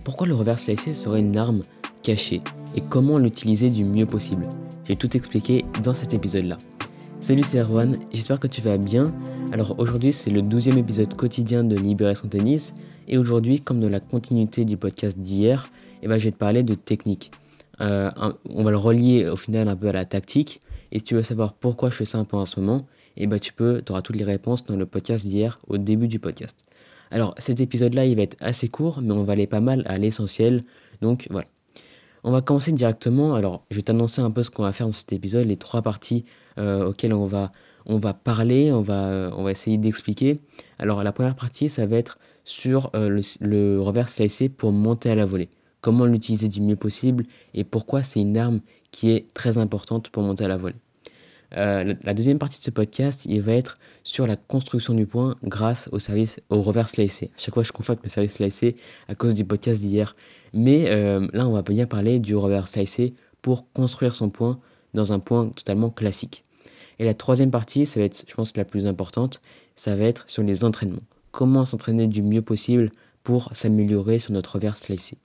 pourquoi le reverse slicé serait une arme cachée et comment l'utiliser du mieux possible? J'ai tout expliqué dans cet épisode-là. Salut, c'est Erwan, j'espère que tu vas bien. Alors aujourd'hui, c'est le 12e épisode quotidien de Libération Tennis. Et aujourd'hui, comme dans la continuité du podcast d'hier, je vais te parler de technique. On va le relier au final un peu à la tactique. Et si tu veux savoir pourquoi je fais ça un peu en ce moment, tu auras toutes les réponses dans le podcast d'hier, au début du podcast. Alors cet épisode-là, il va être assez court, mais on va aller pas mal à l'essentiel. Donc voilà. On va commencer directement. Alors, je vais t'annoncer un peu ce qu'on va faire dans cet épisode, les 3 parties auxquelles on va parler, on va essayer d'expliquer. Alors, la première partie, ça va être sur le reverse slicé pour monter à la volée. Comment l'utiliser du mieux possible et pourquoi c'est une arme qui est très importante pour monter à la volée. La deuxième partie de ce podcast, il va être sur la construction du point grâce au reverse slicé. À chaque fois, je confonds avec le service slicé à cause du podcast d'hier. Mais là, on va bien parler du reverse slicé pour construire son point dans un point totalement classique. Et la troisième partie, ça va être, je pense, la plus importante, ça va être sur les entraînements. Comment s'entraîner du mieux possible pour s'améliorer sur notre reverse slicé.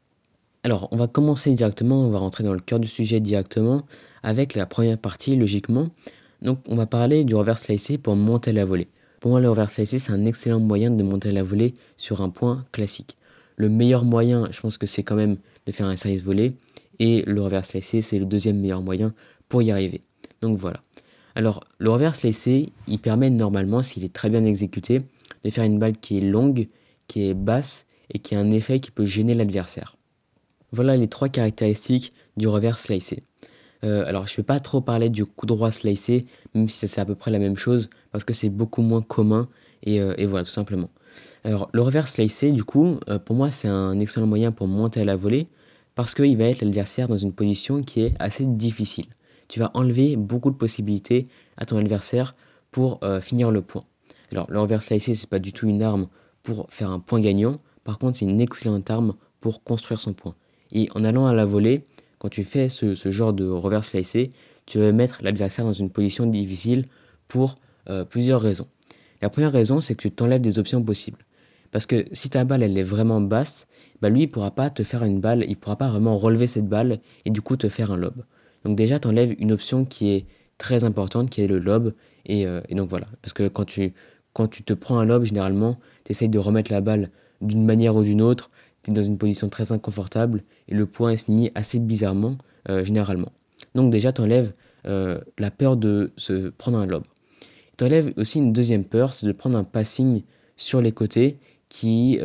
Alors, on va commencer directement, on va rentrer dans le cœur du sujet directement avec la première partie, logiquement. Donc, on va parler du reverse slicé pour monter à la volée. Pour moi, le reverse slicé, c'est un excellent moyen de monter à la volée sur un point classique. Le meilleur moyen, je pense que c'est quand même de faire un service volé, et le reverse slicé, c'est le deuxième meilleur moyen pour y arriver. Donc voilà. Alors, le reverse slicé, il permet normalement, s'il est très bien exécuté, de faire une balle qui est longue, qui est basse, et qui a un effet qui peut gêner l'adversaire. Voilà les 3 caractéristiques du reverse slicé. Alors je ne vais pas trop parler du coup droit slicé, même si c'est à peu près la même chose, parce que c'est beaucoup moins commun, et voilà tout simplement. Alors le reverse slicé, du coup, pour moi c'est un excellent moyen pour monter à la volée, parce qu'il va être l'adversaire dans une position qui est assez difficile. Tu vas enlever beaucoup de possibilités à ton adversaire pour finir le point. Alors le reverse slicé, c'est pas du tout une arme pour faire un point gagnant, par contre c'est une excellente arme pour construire son point. Et en allant à la volée, quand tu fais ce genre de reverse slicé, tu vas mettre l'adversaire dans une position difficile pour plusieurs raisons. La première raison, c'est que tu t'enlèves des options possibles. Parce que si ta balle elle est vraiment basse, lui il pourra pas te faire une balle, il pourra pas vraiment relever cette balle et du coup te faire un lob. Donc déjà tu enlèves une option qui est très importante, qui est le lob, et donc voilà. Parce que quand tu te prends un lob, généralement, tu essayes de remettre la balle d'une manière ou d'une autre, tu es dans une position très inconfortable et le point est fini assez bizarrement, généralement. Donc déjà, tu enlèves la peur de se prendre un lob. Tu enlèves aussi une deuxième peur, c'est de prendre un passing sur les côtés qui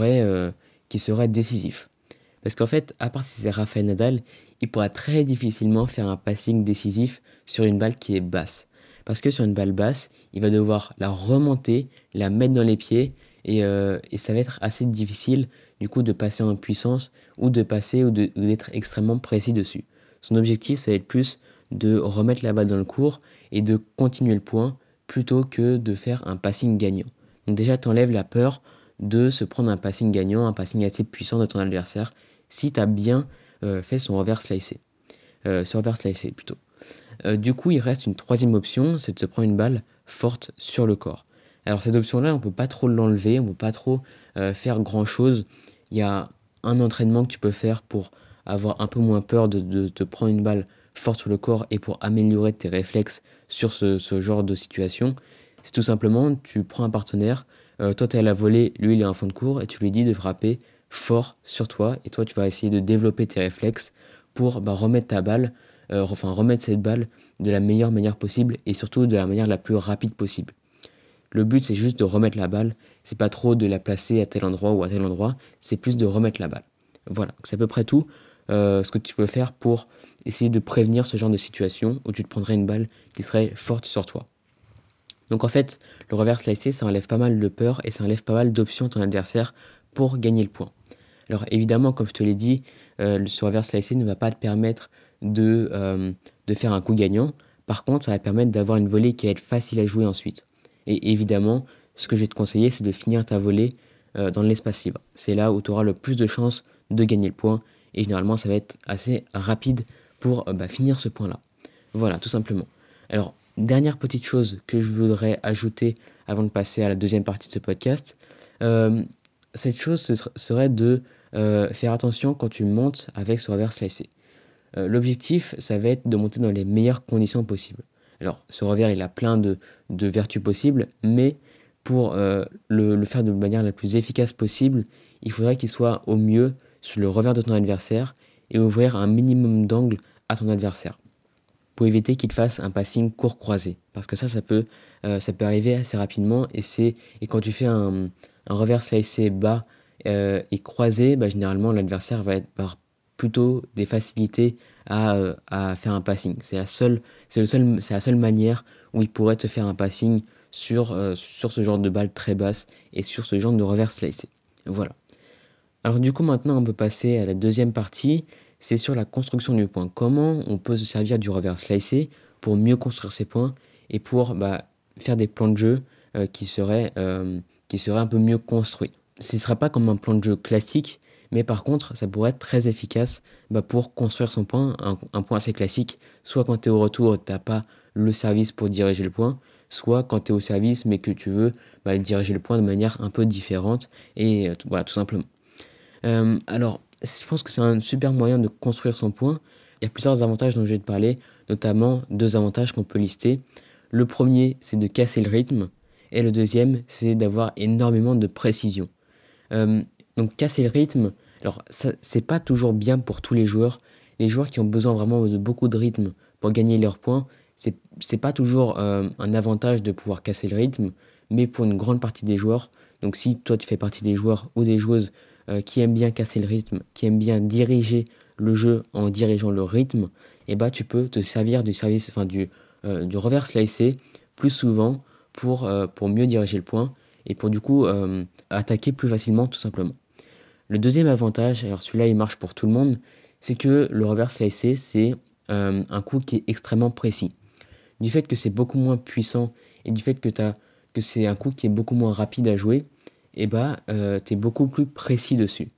serait décisif. Parce qu'en fait, à part si c'est Rafael Nadal, il pourra très difficilement faire un passing décisif sur une balle qui est basse. Parce que sur une balle basse, il va devoir la remonter, la mettre dans les pieds, et ça va être assez difficile du coup de passer en puissance ou de passer ou d'être extrêmement précis dessus. Son objectif, ça va être plus de remettre la balle dans le court et de continuer le point plutôt que de faire un passing gagnant. Donc déjà, tu enlèves la peur de se prendre un passing gagnant, un passing assez puissant de ton adversaire, si tu as bien fait son reverse slicé. Sur reverse slicé plutôt. Du coup, il reste une troisième option, c'est de se prendre une balle forte sur le corps. Alors cette option-là, on ne peut pas trop l'enlever, on ne peut pas trop faire grand-chose. Il y a un entraînement que tu peux faire pour avoir un peu moins peur de te prendre une balle forte sur le corps et pour améliorer tes réflexes sur ce genre de situation. C'est tout simplement, tu prends un partenaire, toi tu es à la volée, lui il est en fond de court, et tu lui dis de frapper fort sur toi, et toi tu vas essayer de développer tes réflexes pour remettre ta balle, remettre cette balle de la meilleure manière possible, et surtout de la manière la plus rapide possible. Le but, c'est juste de remettre la balle. C'est pas trop de la placer à tel endroit ou à tel endroit. C'est plus de remettre la balle. Voilà, c'est à peu près tout ce que tu peux faire pour essayer de prévenir ce genre de situation où tu te prendrais une balle qui serait forte sur toi. Donc en fait, le reverse slicé, ça enlève pas mal de peur et ça enlève pas mal d'options à ton adversaire pour gagner le point. Alors évidemment, comme je te l'ai dit, ce reverse slicé ne va pas te permettre de faire un coup gagnant. Par contre, ça va permettre d'avoir une volée qui va être facile à jouer ensuite. Et évidemment, ce que je vais te conseiller, c'est de finir ta volée dans l'espace libre. C'est là où tu auras le plus de chances de gagner le point. Et généralement, ça va être assez rapide pour finir ce point-là. Voilà, tout simplement. Alors, dernière petite chose que je voudrais ajouter avant de passer à la deuxième partie de ce podcast. Cette chose, ce serait de faire attention quand tu montes avec ce revers slicé. L'objectif, ça va être de monter dans les meilleures conditions possibles. Alors, ce revers, il a plein de vertus possibles, mais pour le faire de manière la plus efficace possible, il faudrait qu'il soit au mieux sur le revers de ton adversaire et ouvrir un minimum d'angle à ton adversaire pour éviter qu'il fasse un passing court croisé. Parce que ça peut arriver assez rapidement et quand tu fais un revers slicé bas et croisé, généralement l'adversaire va avoir plutôt des facilités à faire un passing. C'est la seule manière où il pourrait te faire un passing sur ce genre de balle très basse et sur ce genre de revers slicé. Voilà. Alors du coup maintenant on peut passer à la deuxième partie, c'est sur la construction du point. Comment on peut se servir du revers slicé pour mieux construire ses points et pour faire des plans de jeu qui seraient un peu mieux construits. Ce ne sera pas comme un plan de jeu classique, mais par contre ça pourrait être très efficace pour construire son point, un point assez classique, soit quand tu es au retour, tu n'as pas le service pour diriger le point, soit quand tu es au service mais que tu veux diriger le point de manière un peu différente et voilà tout simplement. Alors, je pense que c'est un super moyen de construire son point. Il y a plusieurs avantages dont je vais te parler, notamment 2 avantages qu'on peut lister. Le premier, c'est de casser le rythme, et le deuxième, c'est d'avoir énormément de précision. Donc, casser le rythme, alors ça, c'est pas toujours bien pour tous les joueurs. Les joueurs qui ont besoin vraiment de beaucoup de rythme pour gagner leurs points, c'est pas toujours un avantage de pouvoir casser le rythme, mais pour une grande partie des joueurs. Donc, si toi tu fais partie des joueurs ou des joueuses qui aiment bien casser le rythme, qui aiment bien diriger le jeu en dirigeant le rythme, et tu peux te servir du revers slicé plus souvent pour mieux diriger le point et pour du coup attaquer plus facilement tout simplement. Le deuxième avantage, alors celui-là il marche pour tout le monde, c'est que le revers slicé c'est un coup qui est extrêmement précis. Du fait que c'est beaucoup moins puissant et du fait que c'est un coup qui est beaucoup moins rapide à jouer, tu es beaucoup plus précis dessus.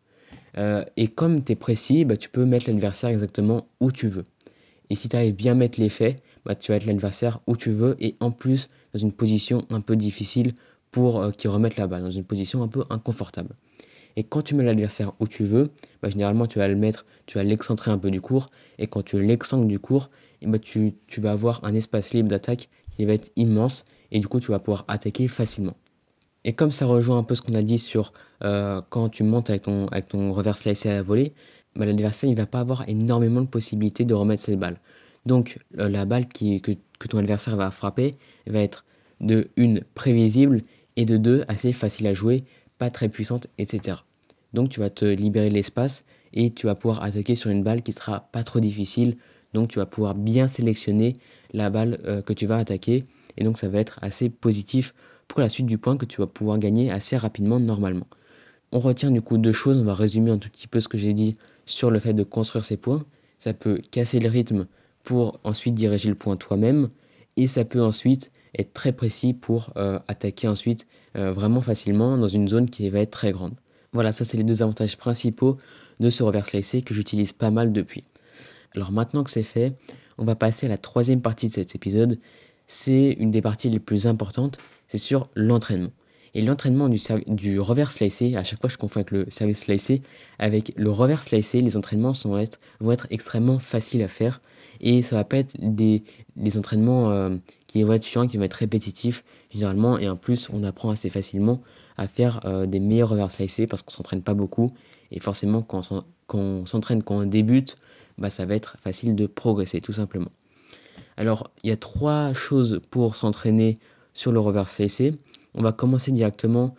Et comme tu es précis, tu peux mettre l'adversaire exactement où tu veux. Et si tu arrives bien à mettre l'effet, tu vas mettre l'adversaire où tu veux et en plus dans une position un peu difficile pour qu'il remette la balle, dans une position un peu inconfortable. Et quand tu mets l'adversaire où tu veux, généralement tu vas l'excentrer un peu du court et quand tu l'excentres du court, tu vas avoir un espace libre d'attaque qui va être immense et du coup tu vas pouvoir attaquer facilement. Et comme ça rejoint un peu ce qu'on a dit sur quand tu montes avec ton revers slicé à la volée, l'adversaire il va pas avoir énormément de possibilités de remettre cette balle. Donc la balle que ton adversaire va frapper va être de 1 prévisible et de 2 assez facile à jouer, pas très puissante, etc. Donc tu vas te libérer de l'espace et tu vas pouvoir attaquer sur une balle qui sera pas trop difficile. Donc tu vas pouvoir bien sélectionner la balle que tu vas attaquer et donc ça va être assez positif pour la suite du point que tu vas pouvoir gagner assez rapidement normalement. On retient du coup 2 choses, on va résumer un tout petit peu ce que j'ai dit sur le fait de construire ses points. Ça peut casser le rythme pour ensuite diriger le point toi-même et ça peut ensuite être très précis pour attaquer ensuite vraiment facilement dans une zone qui va être très grande. Voilà, ça c'est les 2 avantages principaux de ce revers slicé que j'utilise pas mal depuis. Alors maintenant que c'est fait, on va passer à la 3e partie de cet épisode. C'est une des parties les plus importantes, c'est sur l'entraînement. Et l'entraînement du revers slicé, à chaque fois je confonds avec le service slicé, avec le revers slicé, les entraînements vont être extrêmement faciles à faire et ça va pas être des entraînements qui vont être chiants, qui vont être répétitifs généralement et en plus on apprend assez facilement à faire des meilleurs revers slicés parce qu'on s'entraîne pas beaucoup et forcément quand on s'entraîne, quand on débute, ça va être facile de progresser tout simplement. Alors, il y a 3 choses pour s'entraîner sur le revers slicé. On va commencer directement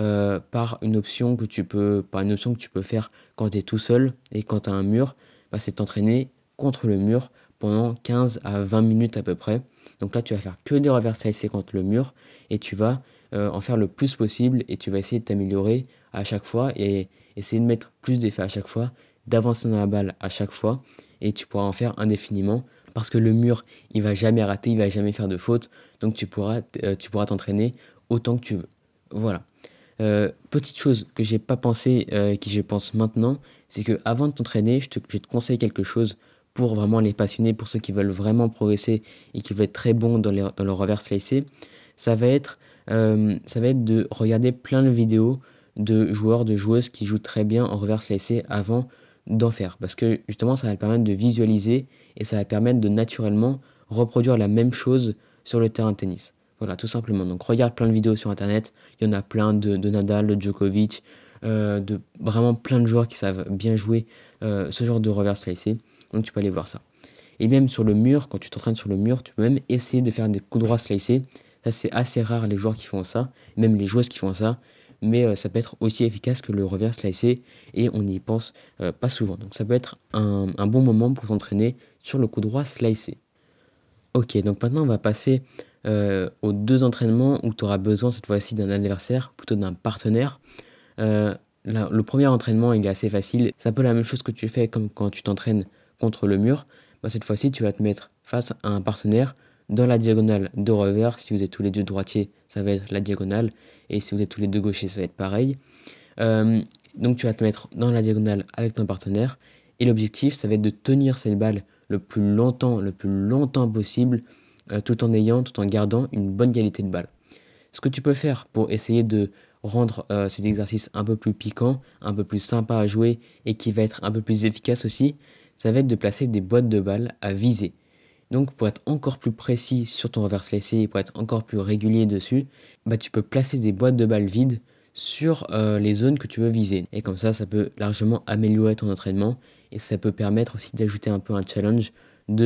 par une option que tu peux faire quand tu es tout seul et quand tu as un mur. C'est t'entraîner contre le mur pendant 15 à 20 minutes à peu près. Donc là, tu vas faire que des revers slicés contre le mur et tu vas en faire le plus possible et tu vas essayer de t'améliorer à chaque fois et essayer de mettre plus d'effets à chaque fois, d'avancer dans la balle à chaque fois et tu pourras en faire indéfiniment parce que le mur, il va jamais rater, il va jamais faire de faute, donc tu pourras t'entraîner autant que tu veux. Voilà. Petite chose que j'ai pas pensé, qui je pense maintenant, c'est que avant de t'entraîner, je te conseille quelque chose pour vraiment les passionnés, pour ceux qui veulent vraiment progresser et qui veulent être très bons dans le revers slicé. Ça va être de regarder plein de vidéos de joueurs, de joueuses qui jouent très bien en reverse slicé avant d'en faire. Parce que justement, ça va permettre de visualiser et ça va permettre de naturellement reproduire la même chose sur le terrain de tennis. Voilà, tout simplement. Donc regarde plein de vidéos sur internet, il y en a plein de Nadal, de Djokovic, de vraiment plein de joueurs qui savent bien jouer ce genre de reverse slicé. Donc tu peux aller voir ça. Et même sur le mur, quand tu t'entraînes sur le mur, tu peux même essayer de faire des coups droits slicés. Ça, c'est assez rare les joueurs qui font ça, même les joueuses qui font ça. Mais ça peut être aussi efficace que le reverse slicé et on n'y pense pas souvent. Donc ça peut être un bon moment pour s'entraîner sur le coup droit slicé. Ok, donc maintenant on va passer aux 2 entraînements où tu auras besoin cette fois-ci d'un adversaire, plutôt d'un partenaire. Le premier entraînement, il est assez facile. C'est un peu la même chose que tu fais comme quand tu t'entraînes contre le mur. Bah, cette fois-ci, tu vas te mettre face à un partenaire dans la diagonale de revers. Si vous êtes tous les deux droitiers, ça va être la diagonale. Et si vous êtes tous les deux gauchers, ça va être pareil. Donc tu vas te mettre dans la diagonale avec ton partenaire. Et l'objectif, ça va être de tenir cette balle le plus longtemps possible, tout en gardant une bonne qualité de balle. Ce que tu peux faire pour essayer de rendre cet exercice un peu plus piquant, un peu plus sympa à jouer et qui va être un peu plus efficace aussi, ça va être de placer des boîtes de balles à viser. Donc pour être encore plus précis sur ton reverse slicé et pour être encore plus régulier dessus, bah, tu peux placer des boîtes de balles vides sur les zones que tu veux viser. Et comme ça peut largement améliorer ton entraînement et ça peut permettre aussi d'ajouter un peu un challenge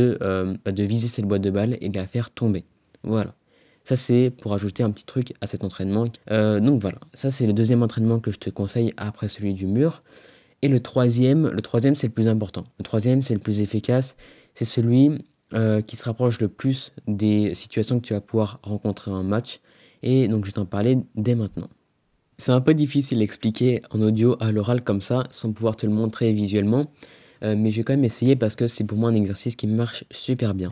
de viser cette boîte de balles et de la faire tomber. Voilà. Ça, c'est pour ajouter un petit truc à cet entraînement. Donc voilà, ça c'est le deuxième entraînement que je te conseille après celui du mur. Et le troisième, c'est le plus important. Le troisième, c'est le plus efficace. C'est celui qui se rapproche le plus des situations que tu vas pouvoir rencontrer en match. Et donc je vais t'en parler dès maintenant. C'est un peu difficile à expliquer en audio à l'oral comme ça, sans pouvoir te le montrer visuellement. Mais je vais quand même essayer parce que c'est pour moi un exercice qui marche super bien.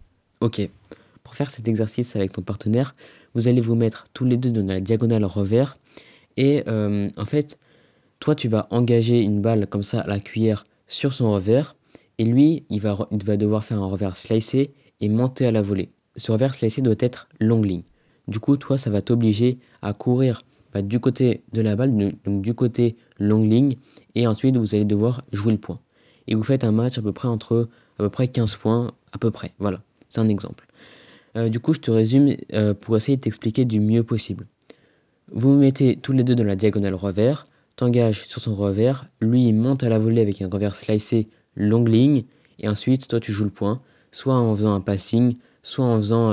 Ok. Pour faire cet exercice avec ton partenaire, vous allez vous mettre tous les deux dans la diagonale revers. Et en fait, toi, tu vas engager une balle comme ça à la cuillère sur son revers. Et lui, il va devoir faire un revers slicé et monter à la volée. Ce revers slicé doit être longue ligne. Du coup, toi, ça va t'obliger à courir du côté de la balle, donc du côté longue ligne. Et ensuite, vous allez devoir jouer le point. Et vous faites un match à peu près 15 points, à peu près. Voilà, c'est un exemple. Du coup, je te résume pour essayer de t'expliquer du mieux possible. Vous vous mettez tous les deux dans la diagonale revers, t'engages sur son revers, lui il monte à la volée avec un revers slicé longue ligne, et ensuite toi tu joues le point, soit en faisant un passing, soit en faisant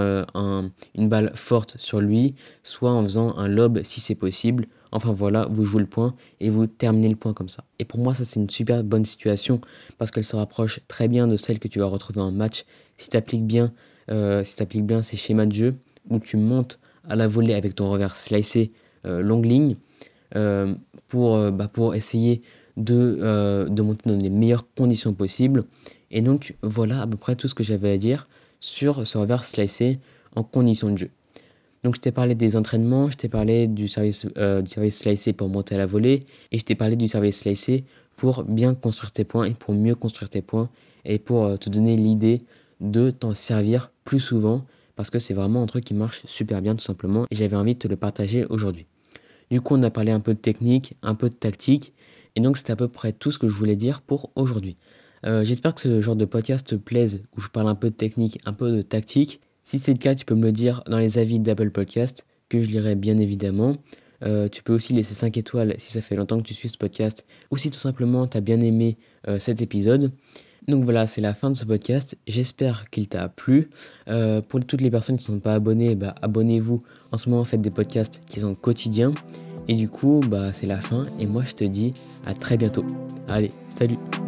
une balle forte sur lui, soit en faisant un lob si c'est possible. Enfin voilà, vous jouez le point et vous terminez le point comme ça. Et pour moi ça c'est une super bonne situation parce qu'elle se rapproche très bien de celle que tu vas retrouver en match si tu appliques bien ces schémas de jeu où tu montes à la volée avec ton revers slicé longue ligne pour essayer de monter dans les meilleures conditions possibles. Et donc voilà à peu près tout ce que j'avais à dire sur ce revers slicé en conditions de jeu. Donc je t'ai parlé des entraînements, je t'ai parlé du service slicé pour monter à la volée et je t'ai parlé du service slicé pour bien construire tes points et pour mieux construire tes points et pour te donner l'idée de t'en servir plus souvent parce que c'est vraiment un truc qui marche super bien tout simplement et j'avais envie de te le partager aujourd'hui. Du coup on a parlé un peu de technique, un peu de tactique et donc c'était à peu près tout ce que je voulais dire pour aujourd'hui. J'espère que ce genre de podcast te plaise où je parle un peu de technique, un peu de tactique. Si c'est le cas, tu peux me le dire dans les avis d'Apple Podcast que je lirai bien évidemment. Tu peux aussi laisser 5 étoiles si ça fait longtemps que tu suis ce podcast ou si tout simplement tu as bien aimé cet épisode. Donc voilà, c'est la fin de ce podcast. J'espère qu'il t'a plu. Pour toutes les personnes qui ne sont pas abonnées, abonnez-vous. En ce moment, faites des podcasts qui sont quotidiens. Et du coup, c'est la fin. Et moi, je te dis à très bientôt. Allez, salut!